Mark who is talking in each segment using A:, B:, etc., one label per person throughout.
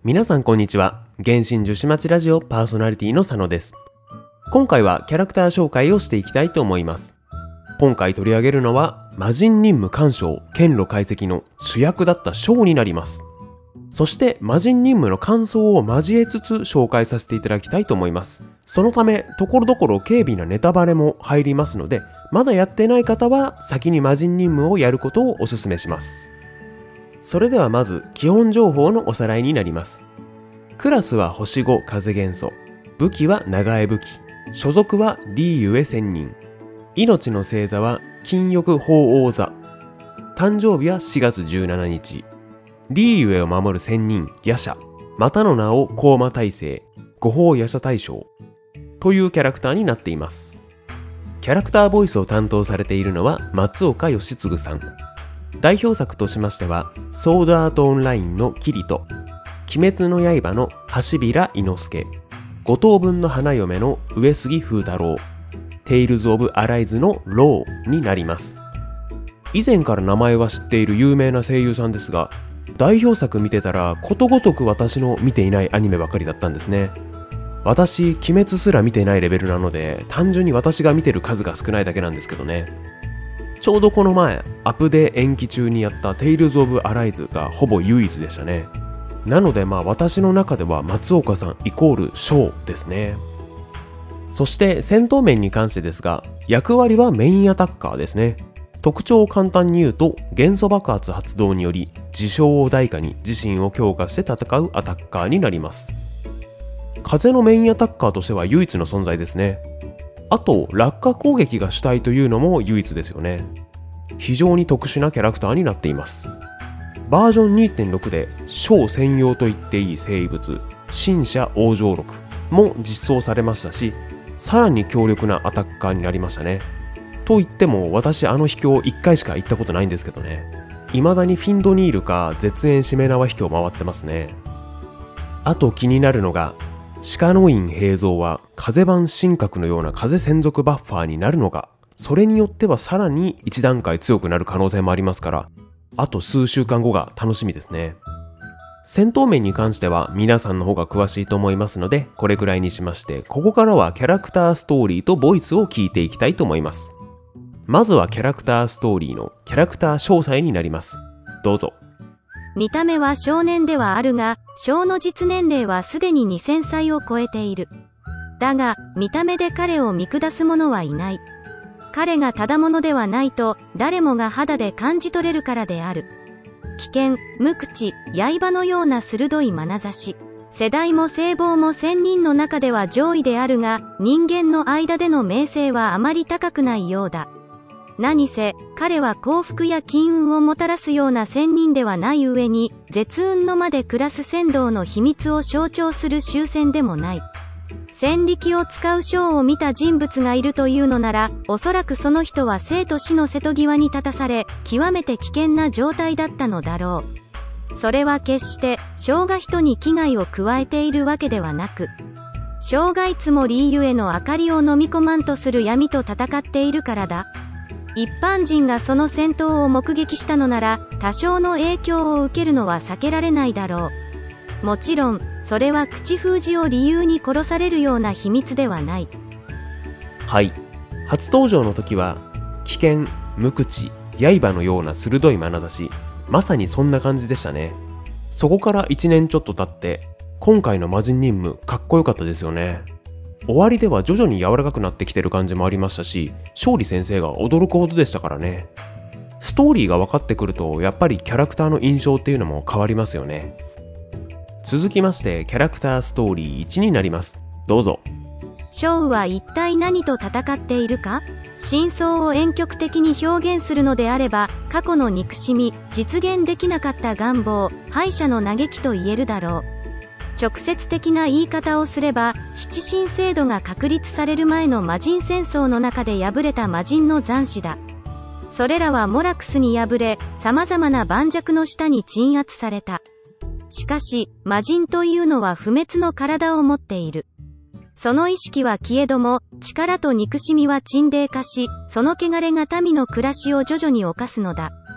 A: 皆さんこんにちは。原神女子町ラジオパーソナリティの佐野です。今回はキャラクター紹介をしていきたいと思います。今回取り上げるのは魔人任務鑑賞剣路解析の主役だった章になります。そして魔人任務の感想を交えつつ紹介させていただきたいと思います。そのためところどころ軽微なネタバレも入りますので、まだやってない方は先に魔人任務をやることをお勧めします。それではまず基本情報のおさらいになります。クラスは星5風元素、武器は長江武器、所属はリーユエ仙人、命の星座は金翼鳳凰座、誕生日は4月17日、リーユエを守る仙人夜叉、またの名を高魔大聖、五宝夜叉大将というキャラクターになっています。キャラクターボイスを担当されているのは松岡義嗣さん。代表作としましてはソードアートオンラインのキリト、鬼滅の刃の橋平伊之助、五等分の花嫁の上杉風太郎、テイルズ・オブ・アライズのローになります。以前から名前は知っている有名な声優さんですが、代表作見てたらことごとく私の見ていないアニメばかりだったんですね。私鬼滅すら見てないレベルなので、単純に私が見てる数が少ないだけなんですけどね。ちょうどこの前アップデ延期中にやったテイルズ・オブ・アライズがほぼ唯一でしたね。なので私の中では松岡さんイコールショーですね。そして戦闘面に関してですが、役割はメインアタッカーですね。特徴を簡単に言うと、元素爆発発動により事象を代価に自身を強化して戦うアタッカーになります。風のメインアタッカーとしては唯一の存在ですね。あと落下攻撃が主体というのも唯一ですよね。非常に特殊なキャラクターになっています。バージョン 2.6 で将専用と言っていい生物神社往生録も実装されましたし、さらに強力なアタッカーになりましたね。と言っても私秘境1回しか行ったことないんですけどね。未だにフィンドニールか絶縁しめ縄秘境回ってますね。あと気になるのが、鹿の院平蔵は風版神格のような風専属バッファーになるのか、それによってはさらに一段階強くなる可能性もありますから、あと数週間後が楽しみですね。戦闘面に関しては皆さんの方が詳しいと思いますので、これくらいにしまして、ここからはキャラクターストーリーとボイスを聞いていきたいと思います。まずはキャラクターストーリーのキャラクター詳細になります。どうぞ。
B: 見た目は少年ではあるが、章の実年齢はすでに2000歳を超えている。だが、見た目で彼を見下す者はいない。彼がただものではないと、誰もが肌で感じ取れるからである。危険、無口、刃のような鋭い眼差し。世代も性望も1000人の中では上位であるが、人間の間での名声はあまり高くないようだ。何せ、彼は幸福や金運をもたらすような仙人ではない上に、絶運の間で暮らす仙道の秘密を象徴する終戦でもない。戦力を使う将を見た人物がいるというのなら、おそらくその人は生と死の瀬戸際に立たされ、極めて危険な状態だったのだろう。それは決して、将が人に危害を加えているわけではなく、将がいつもリーユへの明かりを飲み込まんとする闇と戦っているからだ。一般人がその戦闘を目撃したのなら、多少の影響を受けるのは避けられないだろう。もちろん、それは口封じを理由に殺されるような秘密ではない。
A: はい。初登場の時は、危険、無口、刃のような鋭い眼差し、まさにそんな感じでしたね。そこから1年ちょっと経って、今回の魔人任務、かっこよかったですよね。終わりでは徐々に柔らかくなってきてる感じもありましたし、勝利先生が驚くほどでしたからね。ストーリーが分かってくると、やっぱりキャラクターの印象っていうのも変わりますよね。続きましてキャラクターストーリー1になります。どうぞ。
B: 将は一体何と戦っているか。真相を婉曲的に表現するのであれば、過去の憎しみ、実現できなかった願望、敗者の嘆きと言えるだろう。直接的な言い方をすれば、七神制度が確立される前の魔人戦争の中で敗れた魔人の残滓だ。それらはモラクスに敗れ、様々な盤石の下に鎮圧された。しかし、魔人というのは不滅の体を持っている。その意識は消えども、力と憎しみは沈殿化し、その汚れが民の暮らしを徐々に侵すのだ。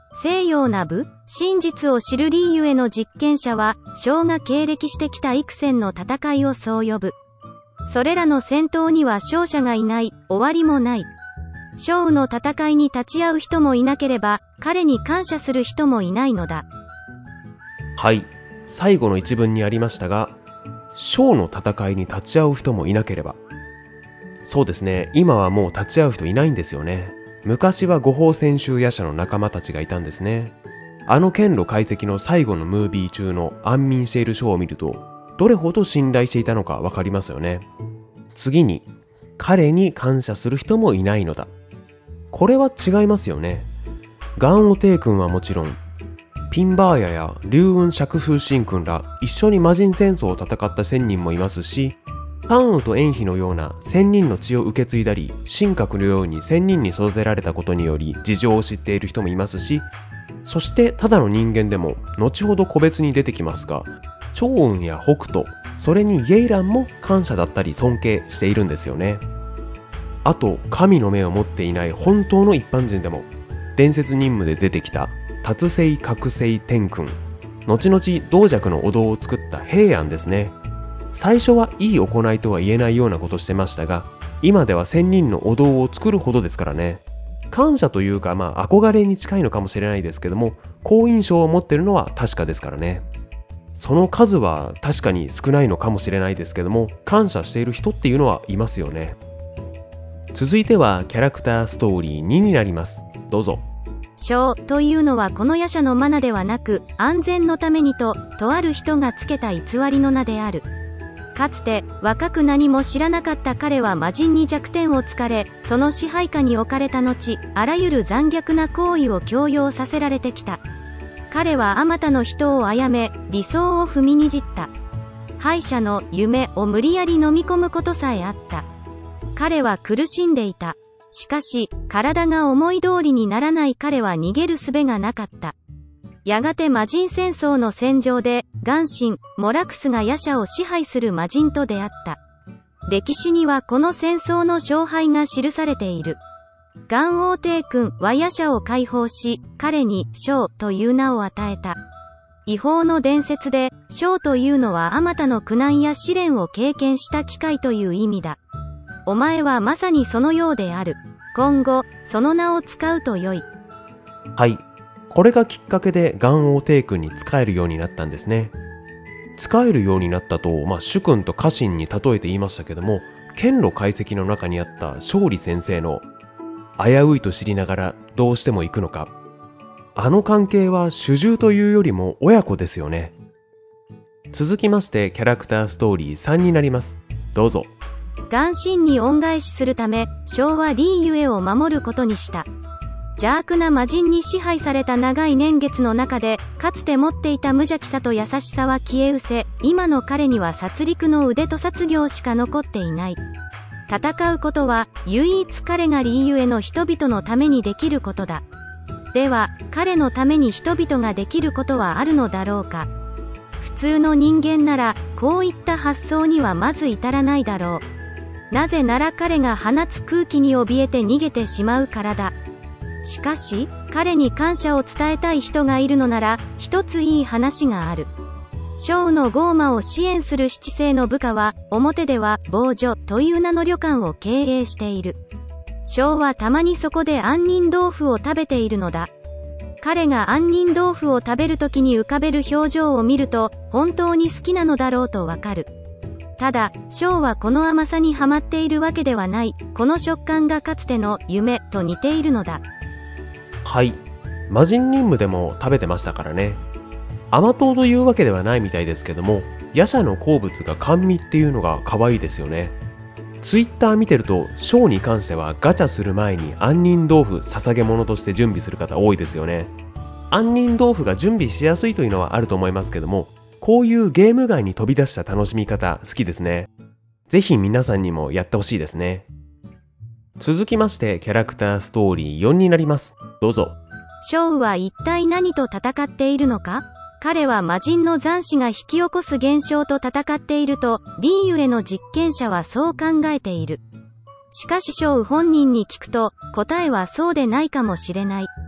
B: 西洋な部、真実を知るリーユへの実験者は、将が経歴してきた幾千の戦いをそう呼ぶ。それらの戦闘には勝者がいない、終わりもない。将の戦いに立ち会う人もいなければ、彼に感謝する人もいないのだ。
A: はい、最後の一文にありましたが、将の戦いに立ち会う人もいなければ。そうですね、今はもう立ち会う人いないんですよね。昔は誤報専修夜叉の仲間たちがいたんですね。あの剣路解析の最後のムービー中の安眠している将を見ると、どれほど信頼していたのかわかりますよね。次に、彼に感謝する人もいないのだ。これは違いますよね。ガンオテイ君はもちろん、ピンバーヤや龍雲釈風神君ら一緒に魔人戦争を戦った1000人もいますし、関羽と延妃のような1000人の血を受け継いだり、神格のように1000人に育てられたことにより事情を知っている人もいますし、そしてただの人間でも後ほど個別に出てきますが、趙雲や北斗、それにイェイランも感謝だったり尊敬しているんですよね。あと、神の目を持っていない本当の一般人でも、伝説任務で出てきた達成覚醒天君、後々道弱のお堂を作った平安ですね。最初はいい行いとは言えないようなことしてましたが、今では1000人のお堂を作るほどですからね。感謝というか、憧れに近いのかもしれないですけども、好印象を持ってるのは確かですからね。その数は確かに少ないのかもしれないですけども、感謝している人っていうのはいますよね。続いてはキャラクターストーリー2になります。どうぞ。
B: 将というのはこの夜叉のマナではなく、安全のためにとある人がつけた偽りの名である。かつて若く何も知らなかった彼は魔人に弱点を突かれ、その支配下に置かれた後、あらゆる残虐な行為を強要させられてきた。彼はあまたの人を殺め、理想を踏みにじった。敗者の夢を無理やり飲み込むことさえあった。彼は苦しんでいた。しかし、体が思い通りにならない彼は逃げる術がなかった。やがて魔人戦争の戦場で、ガンシン、モラクスが夜叉を支配する魔人と出会った。歴史にはこの戦争の勝敗が記されている。ガンオーテイ君は夜叉を解放し、彼に将という名を与えた。違法の伝説で、将というのはあまたの苦難や試練を経験した機会という意味だ。お前はまさにそのようである。今後、その名を使うと良い。
A: はい。これがきっかけでガンオーテイ君に仕えるようになったんですね。仕えるようになったと、主君と家臣に例えて言いましたけども、剣路解析の中にあった勝利先生の危ういと知りながらどうしても行くのか。あの関係は主従というよりも親子ですよね。続きましてキャラクターストーリー3になります。どうぞ。
B: ガンシンに恩返しするため、将はリーユエを守ることにした。邪悪な魔人に支配された長い年月の中で、かつて持っていた無邪気さと優しさは消え失せ、今の彼には殺戮の腕と殺業しか残っていない。戦うことは、唯一彼がリーユエの人々のためにできることだ。では、彼のために人々ができることはあるのだろうか。普通の人間なら、こういった発想にはまず至らないだろう。なぜなら彼が放つ空気に怯えて逃げてしまうからだ。しかし、彼に感謝を伝えたい人がいるのなら、一ついい話がある。将のゴーマを支援する七世の部下は、表では、坊女という名の旅館を経営している。将はたまにそこで杏仁豆腐を食べているのだ。彼が杏仁豆腐を食べるときに浮かべる表情を見ると、本当に好きなのだろうとわかる。ただ、将はこの甘さにはまっているわけではない。この食感がかつての夢と似ているのだ。
A: はい。魔人任務でも食べてましたからね。甘党というわけではないみたいですけども、夜叉の好物が甘味っていうのが可愛いですよね。ツイッター見てると、将に関してはガチャする前に杏仁豆腐捧げ物として準備する方多いですよね。杏仁豆腐が準備しやすいというのはあると思いますけども、こういうゲーム外に飛び出した楽しみ方好きですね。ぜひ皆さんにもやってほしいですね。続きましてキャラクターストーリー4になります。どうぞ。
B: 将は一体何と戦っているのか？彼は魔人の残滓が引き起こす現象と戦っていると、リーユエの実験者はそう考えている。しかし将本人に聞くと、答えはそうでないかもしれない。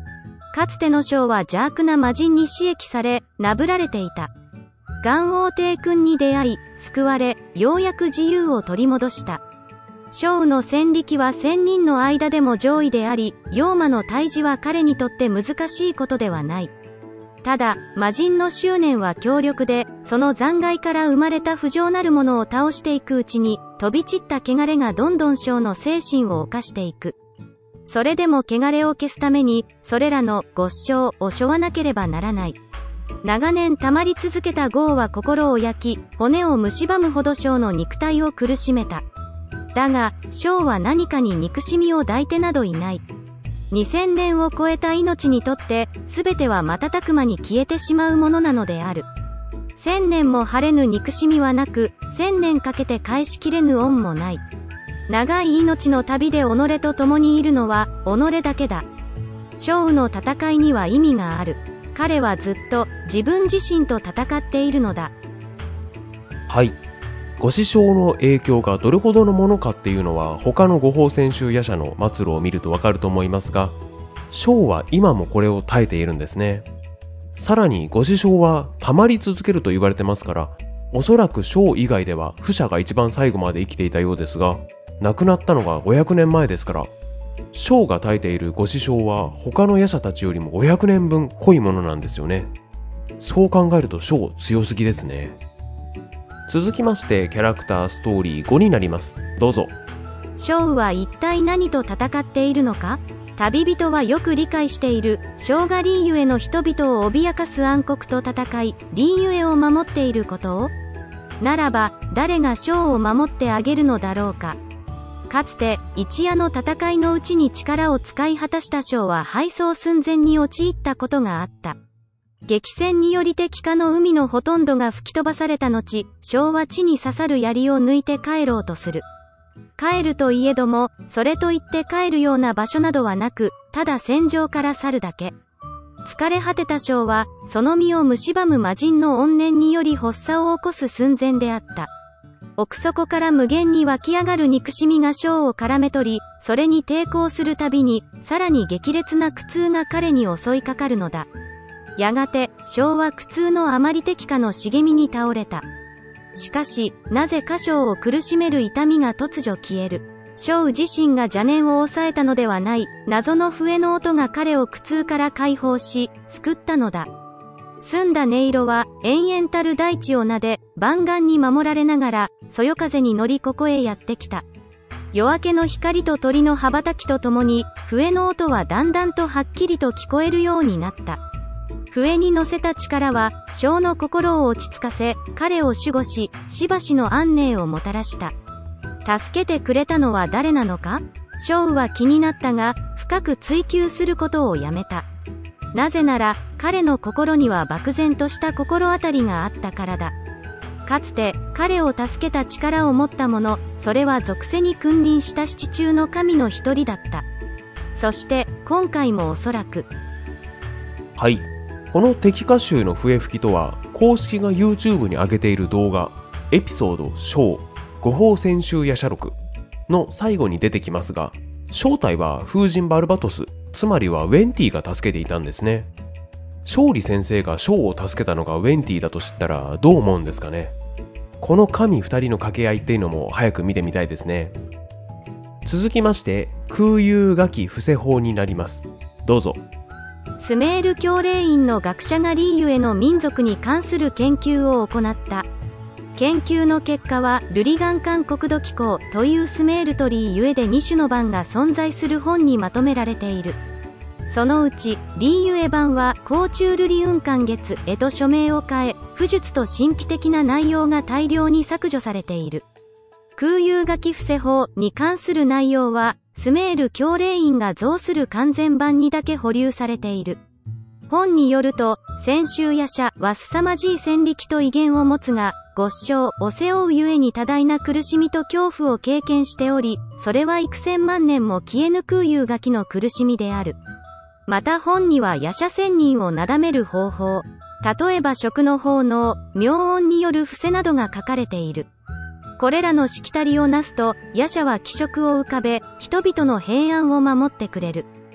B: かつての将は邪悪な魔人に刺激され、なぶられていた。元王帝君に出会い、救われ、ようやく自由を取り戻した。将の戦力は1000人の間でも上位であり、妖魔の退治は彼にとって難しいことではない。ただ、魔人の執念は強力で、その残骸から生まれた不浄なるものを倒していくうちに、飛び散った汚れがどんどん将の精神を侵していく。それでも汚れを消すために、それらの極小を背負わなければならない。長年溜まり続けた業は心を焼き、骨を蝕むほど将の肉体を苦しめた。だが、将は何かに憎しみを抱いてなどいない。2000年を超えた命にとって、すべては瞬く間に消えてしまうものなのである。1000年も晴れぬ憎しみはなく、1000年かけて返しきれぬ恩もない。長い命の旅で己と共にいるのは、己だけだ。将の戦いには意味がある。彼はずっと、自分自身と戦っているのだ。
A: はい。ご師匠の影響がどれほどのものかっていうのは他の五法専修夜叉の末路を見るとわかると思いますが、将は今もこれを耐えているんですね。さらにご師匠は溜まり続けると言われてますから、おそらく将以外では不者が一番最後まで生きていたようですが、亡くなったのが500年前ですから、将が耐えているご師匠は他の夜叉たちよりも500年分濃いものなんですよね。そう考えると将強すぎですね。続きましてキャラクターストーリー5になります。どうぞ。
B: 将は一体何と戦っているのか。旅人はよく理解している。将がリーユエの人々を脅かす暗黒と戦い、リーユエを守っていることを。ならば誰が将を守ってあげるのだろうか。かつて一夜の戦いのうちに力を使い果たした将は敗走寸前に陥ったことがあった。激戦により敵化の海のほとんどが吹き飛ばされた後、将は地に刺さる槍を抜いて帰ろうとする。帰るといえども、それといって帰るような場所などはなく、ただ戦場から去るだけ。疲れ果てた将は、その身を蝕む魔人の怨念により発作を起こす寸前であった。奥底から無限に湧き上がる憎しみが将を絡め取り、それに抵抗するたびに、さらに激烈な苦痛が彼に襲いかかるのだ。やがて、将は苦痛のあまり敵化の茂みに倒れた。しかし、なぜか将を苦しめる痛みが突如消える。将自身が邪念を抑えたのではない、謎の笛の音が彼を苦痛から解放し、救ったのだ。澄んだ音色は、延々たる大地を撫で、万眼に守られながら、そよ風に乗りここへやってきた。夜明けの光と鳥の羽ばたきとともに、笛の音はだんだんとはっきりと聞こえるようになった。笛に乗せた力は、将の心を落ち着かせ、彼を守護し、しばしの安寧をもたらした。助けてくれたのは誰なのか？将は気になったが、深く追求することをやめた。なぜなら、彼の心には漠然とした心当たりがあったからだ。かつて、彼を助けた力を持った者、それは属性に君臨した七中の神の一人だった。そして、今回もおそらく。
A: はい。この敵歌集の笛吹きとは、公式が YouTube に上げている動画、エピソード将五法専修夜叉録の最後に出てきますが、正体は風神バルバトス、つまりはウェンティが助けていたんですね。勝利先生が将を助けたのがウェンティだと知ったらどう思うんですかね。この神2人の掛け合いっていうのも早く見てみたいですね。続きまして空遊画記伏せ法になります。どうぞ。
B: スメール教令院の学者がリーユエの民族に関する研究を行った。研究の結果はルリガンカン国土機構というスメールとリーユエで2種の版が存在する本にまとめられている。そのうちリーユエ版は甲虫ルリ運漢月へと署名を変え、不術と神秘的な内容が大量に削除されている。空遊画記伏せ法に関する内容はスメール教令院が造する完全版にだけ保留されている。本によると、専修夜叉は凄まじい戦力と威厳を持つが、極小を背負うゆえに多大な苦しみと恐怖を経験しており、それは幾千万年も消えぬ空遊画記の苦しみである。また本には夜叉仙人をなだめる方法、例えば食の奉納、妙音による伏せなどが書かれている。これらのしきたりをなすと、夜叉は気色を浮かべ、人々の平安を守ってくれる。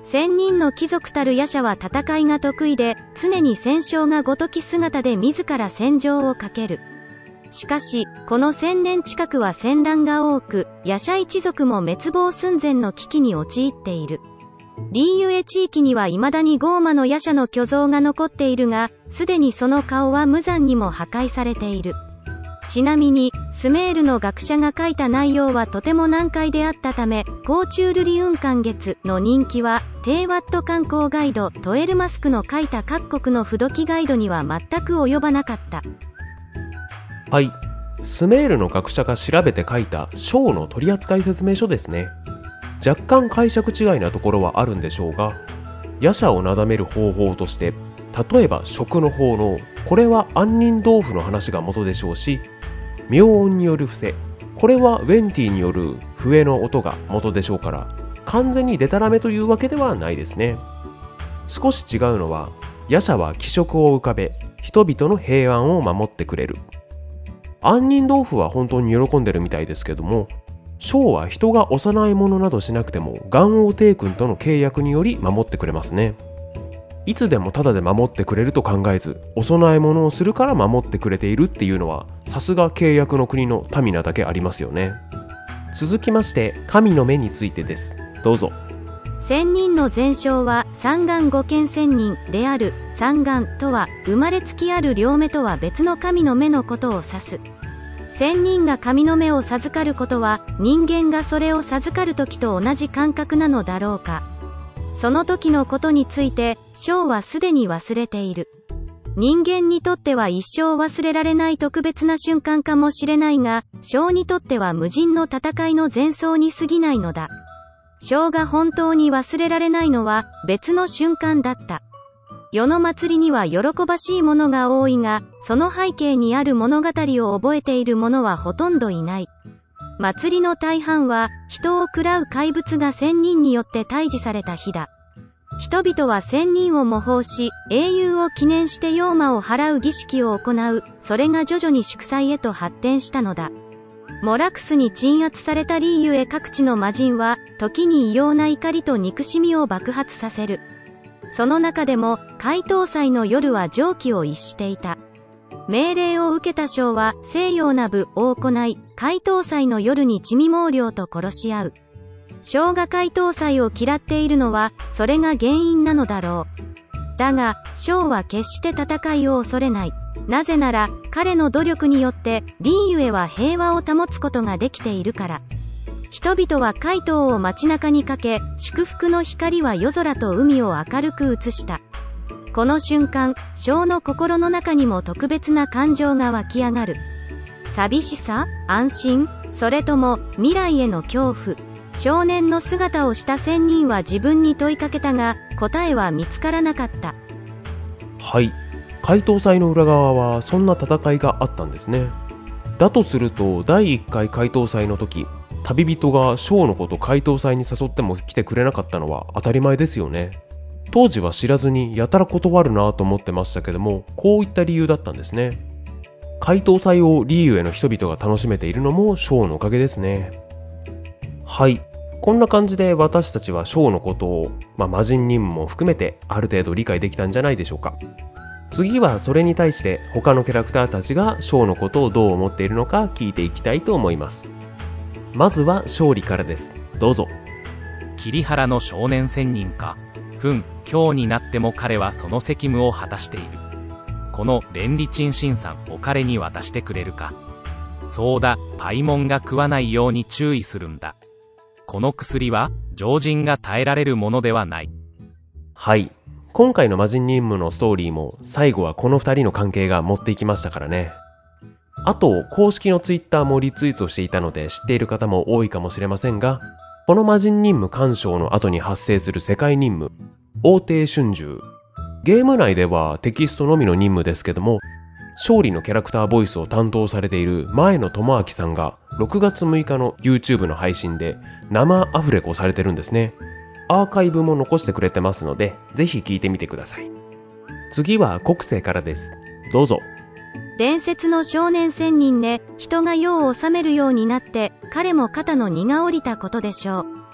B: 千人の貴族たる夜叉は戦いが得意で、常に戦将がごとき姿で自ら戦場をかける。しかし、この1000年近くは戦乱が多く、夜叉一族も滅亡寸前の危機に陥っている。リーユエ地域には未だにゴーマの夜叉の巨像が残っているが、すでにその顔は無残にも破壊されている。ちなみに、スメールの学者が書いた内容はとても難解であったため、コーチュールリウンカン月の人気は、テーワット観光ガイド、トエルマスクの書いた各国の不読ガイドには全く及ばなかった。
A: はい、スメールの学者が調べて書いた章の取扱説明書ですね。若干解釈違いなところはあるんでしょうが、夜叉をなだめる方法として、例えば食の方のこれは杏仁豆腐の話が元でしょうし、妙音による伏せ、これはウェンティによる笛の音が元でしょうから、完全にデタラメというわけではないですね。少し違うのは、夜叉は気色を浮かべ、人々の平安を守ってくれる。杏仁豆腐は本当に喜んでるみたいですけども、章は人が幼いものなどしなくても元王帝君との契約により守ってくれますね。いつでもタダで守ってくれると考えず、お供え物をするから守ってくれているっていうのは、さすが契約の国の民なだけありますよね。続きまして、神の目についてです。どうぞ。
B: 千人の全称は三眼五見千人である。三眼とは生まれつきある両目とは別の神の目のことを指す。千人が神の目を授かることは、人間がそれを授かる時と同じ感覚なのだろうか。その時のことについて、章はすでに忘れている。人間にとっては一生忘れられない特別な瞬間かもしれないが、章にとっては無尽の戦いの前奏に過ぎないのだ。章が本当に忘れられないのは別の瞬間だった。世の祭りには喜ばしいものが多いが、その背景にある物語を覚えている者はほとんどいない。祭りの大半は、人を喰らう怪物が千人によって退治された日だ。人々は千人を模倣し、英雄を記念して妖魔を払う儀式を行う。それが徐々に祝祭へと発展したのだ。モラクスに鎮圧されたリーユエ各地の魔人は、時に異様な怒りと憎しみを爆発させる。その中でも、解答祭の夜は常軌を逸していた。命令を受けた将は西洋な武を行い、解答祭の夜に地味猛量と殺し合う。将が解答祭を嫌っているのは、それが原因なのだろう。だが、将は決して戦いを恐れない。なぜなら、彼の努力によって、リーユエは平和を保つことができているから。人々は解答を街中にかけ、祝福の光は夜空と海を明るく映した。この瞬間、将の心の中にも特別な感情が湧き上がる。寂しさ？安心？それとも、未来への恐怖？少年の姿をした千人は自分に問いかけたが、答えは見つからなかった。
A: はい。解答祭の裏側はそんな戦いがあったんですね。だとすると、第1回解答祭の時、旅人が将のこと解答祭に誘っても来てくれなかったのは当たり前ですよね。当時は知らずにやたら断るなと思ってましたけども、こういった理由だったんですね。解答祭をリーユエの人々が楽しめているのも将のおかげですね。はい、こんな感じで私たちは将のことを、魔人任務も含めてある程度理解できたんじゃないでしょうか。次はそれに対して他のキャラクターたちが将のことをどう思っているのか聞いていきたいと思います。まずは勝利からです。どうぞ。
C: 桐原の少年千人か。今日になっても彼はその責務を果たしている。この連理鎮心散を彼に渡してくれるか。そうだ、パイモンが食わないように注意するんだ。この薬は常人が耐えられるものではない。
A: はい、今回の魔人任務のストーリーも最後はこの2人の関係が持っていきましたからね。あと公式のツイッターもリツイートしていたので知っている方も多いかもしれませんが、この魔人任務干渉の後に発生する世界任務、王帝春秋。ゲーム内ではテキストのみの任務ですけども、勝利のキャラクターボイスを担当されている前野智明さんが6月6日の YouTube の配信で生アフレコされてるんですね。アーカイブも残してくれてますので、ぜひ聞いてみてください。次は国政からです。どうぞ。
B: 伝説の少年千人で、人が世を治めるようになって、彼も肩の荷が下りたことでしょう。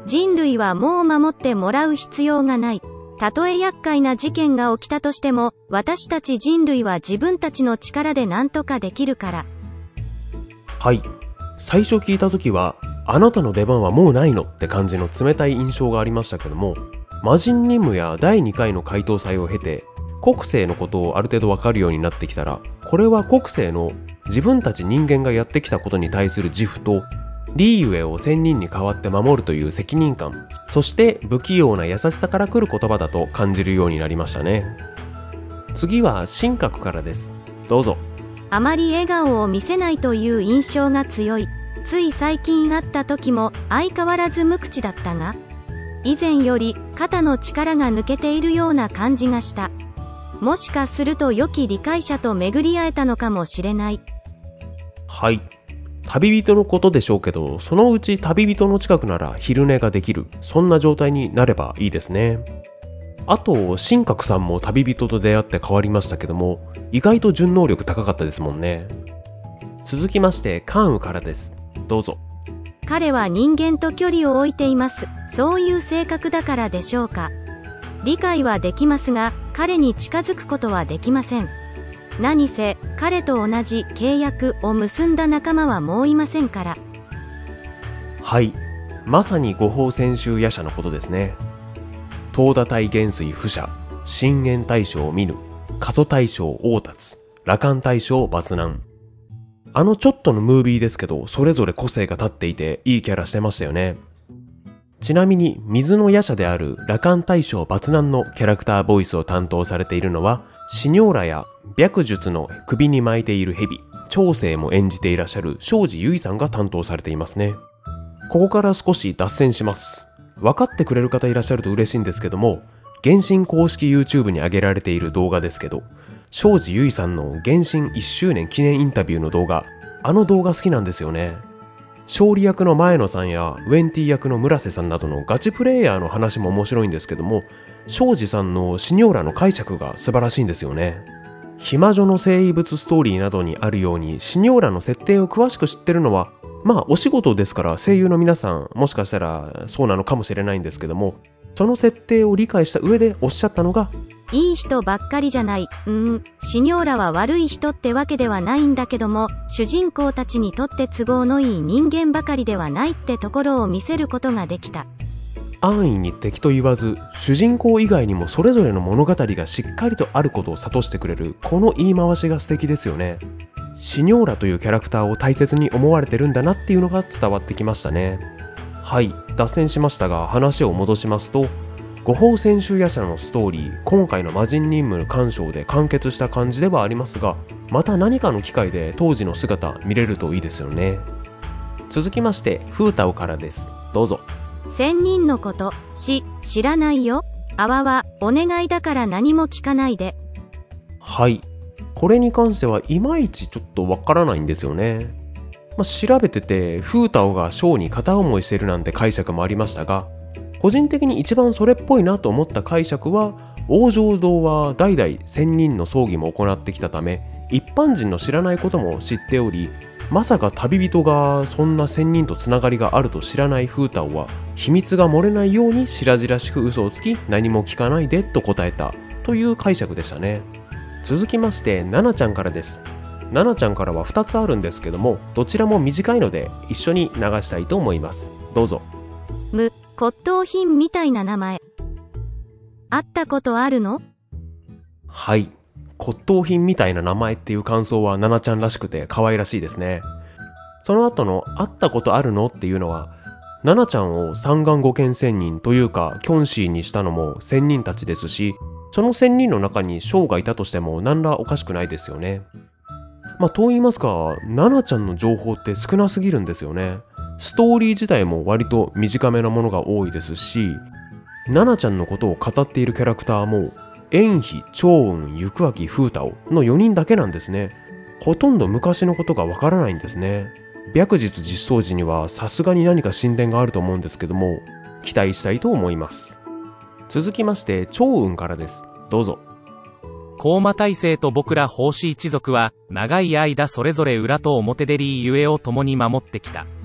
B: 人類はもう守ってもらう必要がない。たとえ厄介な事件が起きたとしても、私たち人類は自分たちの力で何とかできるから。
A: はい。最初聞いた時は、あなたの出番はもうないのって感じの冷たい印象がありましたけども、魔人任務や第2回の回答祭を経て、国政のことをある程度わかるようになってきたら、これは国政の自分たち人間がやってきたことに対する自負と、リーウェイを仙人に代わって守るという責任感、そして不器用な優しさから来る言葉だと感じるようになりましたね。次は神格からです。どうぞ。
B: あまり笑顔を見せないという印象が強い。つい最近会った時も相変わらず無口だったが、以前より肩の力が抜けているような感じがした。もしかすると良き理解者と巡り会えたのかもしれない。
A: はい。旅人のことでしょうけど、そのうち旅人の近くなら昼寝ができる、そんな状態になればいいですね。あと、神格さんも旅人と出会って変わりましたけども、意外と順応力高かったですもんね。続きまして、関羽からです。どうぞ。
B: 彼は人間と距離を置いています。そういう性格だからでしょうか。理解はできますが、彼に近づくことはできません。何せ、彼と同じ契約を結んだ仲間はもういませんから。
A: はい。まさに五法専修夜叉のことですね。東田大元帥不赦、深淵大将見ぬ、過疎大将大達、羅漢大将抜難。ちょっとのムービーですけど、それぞれ個性が立っていていいキャラしてましたよね。ちなみに水の夜叉である羅漢大将抜難のキャラクターボイスを担当されているのは、シニョーラや白術の首に巻いている蛇、長生も演じていらっしゃる庄司優衣さんが担当されていますね。ここから少し脱線します。分かってくれる方いらっしゃると嬉しいんですけども、原神公式 YouTube に上げられている動画ですけど、庄司優衣さんの原神1周年記念インタビューの動画、動画好きなんですよね。勝利役の前野さんやウェンティ役の村瀬さんなどのガチプレイヤーの話も面白いんですけども、庄司さんのシニョーラの解釈が素晴らしいんですよね。暇女の生物ストーリーなどにあるように、シニョーラの設定を詳しく知ってるのは、まあお仕事ですから声優の皆さんもしかしたらそうなのかもしれないんですけども、その設定を理解した上でおっしゃったのが、
B: いい人ばっかりじゃない。シニョーラは悪い人ってわけではないんだけども、主人公たちにとって都合のいい人間ばかりではないってところを見せることができた。
A: 安易に敵と言わず、主人公以外にもそれぞれの物語がしっかりとあることを諭してくれる、この言い回しが素敵ですよね。シニョーラというキャラクターを大切に思われてるんだなっていうのが伝わってきましたね。はい、脱線しましたが話を戻しますと、五法専修夜叉のストーリー、今回の魔人任務の鑑賞で完結した感じではありますが、また何かの機会で当時の姿見れるといいですよね。続きましてフータオからです。どうぞ。
B: 仙人のこと知らないよ。あわわ、お願いだから何も聞かないで。
A: はい、これに関してはいまいちちょっとわからないんですよね。調べててフータオがショーに片思いしてるなんて解釈もありましたが、個人的に一番それっぽいなと思った解釈は、王城堂は代々仙人の葬儀も行ってきたため、一般人の知らないことも知っており、まさか旅人がそんな仙人とつながりがあると知らないフータオは、秘密が漏れないように白々しく嘘をつき、何も聞かないでと答えたという解釈でしたね。続きましてナナちゃんからです。ナナちゃんからは2つあるんですけども、どちらも短いので一緒に流したいと思います。どうぞ。
B: 骨董品みたいな名前。会ったことあるの？
A: はい、骨董品みたいな名前っていう感想はナナちゃんらしくて可愛らしいですね。その後の会ったことあるのっていうのは、ナナちゃんを三眼五剣仙人というかキョンシーにしたのも仙人たちですし、その仙人の中にショウがいたとしても何らおかしくないですよね。と言いますか、ナナちゃんの情報って少なすぎるんですよね。ストーリー自体も割と短めなものが多いですし、ナナちゃんのことを語っているキャラクターも円妃、趙雲、行明、フータオの4人だけなんですね。ほとんど昔のことがわからないんですね。白術実装時にはさすがに何か進展があると思うんですけども、期待したいと思います。続きまして趙雲からです。どうぞ。
C: 高魔大帝と僕ら法師一族は長い間それぞれ裏と表でリーゆえを共に守ってきた。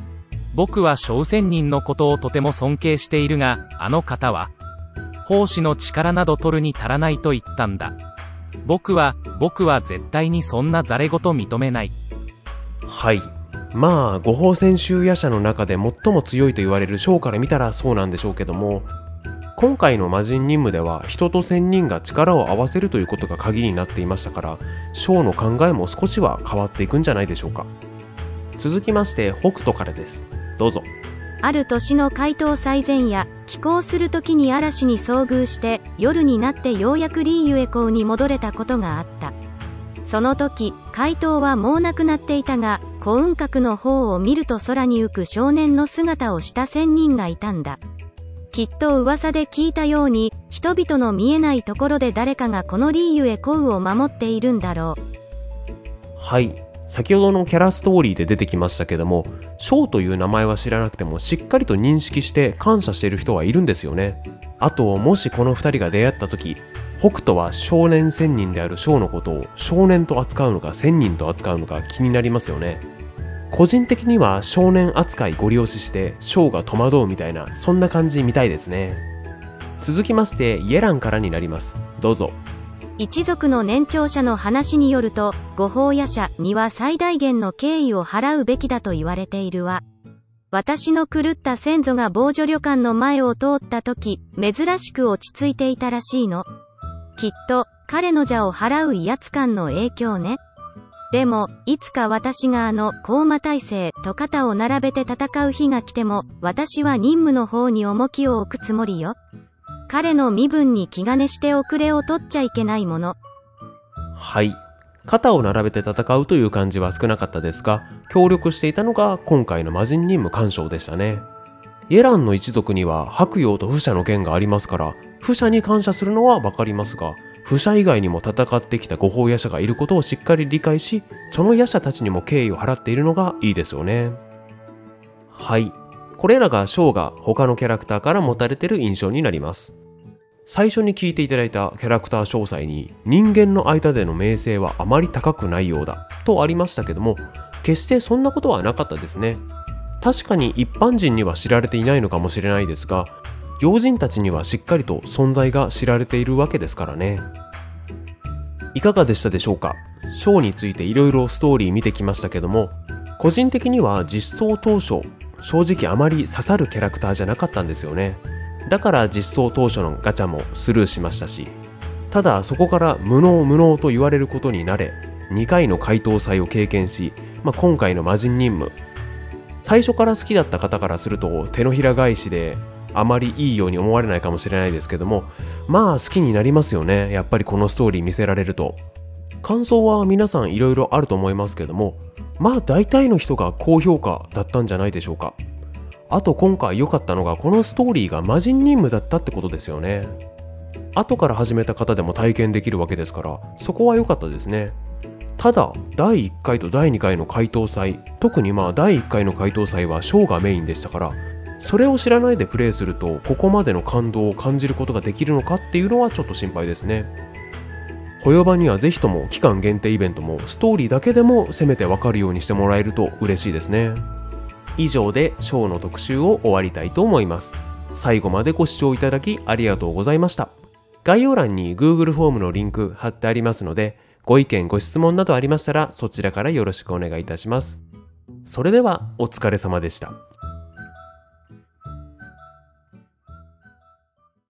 C: 僕は小仙人のことをとても尊敬しているが、あの方は奉仕の力など取るに足らないと言ったんだ。僕は絶対にそんなざれ言認めない。
A: はい。まあ五法専修夜叉の中で最も強いと言われる将から見たらそうなんでしょうけども、今回の魔人任務では人と仙人が力を合わせるということが鍵になっていましたから、将の考えも少しは変わっていくんじゃないでしょうか。続きまして北斗からです。どうぞ。
B: ある年の怪盗最前夜、帰港する時に嵐に遭遇して夜になってようやくリーユエ港に戻れたことがあった。その時怪盗はもう亡くなっていたが、幸運閣の方を見ると空に浮く少年の姿をした仙人がいたんだ。きっと噂で聞いたように人々の見えないところで誰かがこのリーユエコウを守っているんだろう。
A: はい。先ほどのキャラストーリーで出てきましたけども、翔という名前は知らなくてもしっかりと認識して感謝している人はいるんですよね。あと、もしこの2人が出会った時、北斗は少年仙人である翔のことを少年と扱うのか仙人と扱うのか気になりますよね。個人的には少年扱いご利用しして翔が戸惑うみたいな、そんな感じみたいですね。続きましてイエランからになります。どうぞ。
B: 一族の年長者の話によると、五法夜叉には最大限の敬意を払うべきだと言われているわ。私の狂った先祖が防除旅館の前を通った時、珍しく落ち着いていたらしいの。きっと彼の邪を払う威圧感の影響ね。でもいつか私が高魔大聖と肩を並べて戦う日が来ても、私は任務の方に重きを置くつもりよ。彼の身分に気兼ねして遅れを取っちゃいけないもの。
A: はい。肩を並べて戦うという感じは少なかったですが、協力していたのが今回の魔人任務干渉でしたね。イエランの一族には白陽と不赦の剣がありますから、不赦に感謝するのはわかりますが、不赦以外にも戦ってきた五法夜叉がいることをしっかり理解し、その夜叉たちにも敬意を払っているのがいいですよね。はい。これらが翔が他のキャラクターから持たれている印象になります。最初に聞いていただいたキャラクター詳細に、人間の間での名声はあまり高くないようだとありましたけども、決してそんなことはなかったですね。確かに一般人には知られていないのかもしれないですが、要人たちにはしっかりと存在が知られているわけですからね。いかがでしたでしょうか。翔についていろいろストーリー見てきましたけども、個人的には実装当初正直あまり刺さるキャラクターじゃなかったんですよね。だから実装当初のガチャもスルーしましたし、ただそこから無能と言われることに慣れ、2回の怪盗祭を経験し、今回の魔人任務、最初から好きだった方からすると手のひら返しであまりいいように思われないかもしれないですけども、好きになりますよね。やっぱりこのストーリー見せられると。感想は皆さんいろいろあると思いますけども、大体の人が高評価だったんじゃないでしょうか。あと今回良かったのが、このストーリーが魔人任務だったってことですよね。後から始めた方でも体験できるわけですから、そこは良かったですね。ただ第1回と第2回の怪盗祭、特に第1回の怪盗祭は翔がメインでしたから、それを知らないでプレイするとここまでの感動を感じることができるのかっていうのはちょっと心配ですね。ホヨバにはぜひとも期間限定イベントもストーリーだけでもせめてわかるようにしてもらえると嬉しいですね。以上で翔の特集を終わりたいと思います。最後までご視聴いただきありがとうございました。概要欄に Google フォームのリンク貼ってありますので、ご意見ご質問などありましたらそちらからよろしくお願いいたします。それではお疲れ様でした。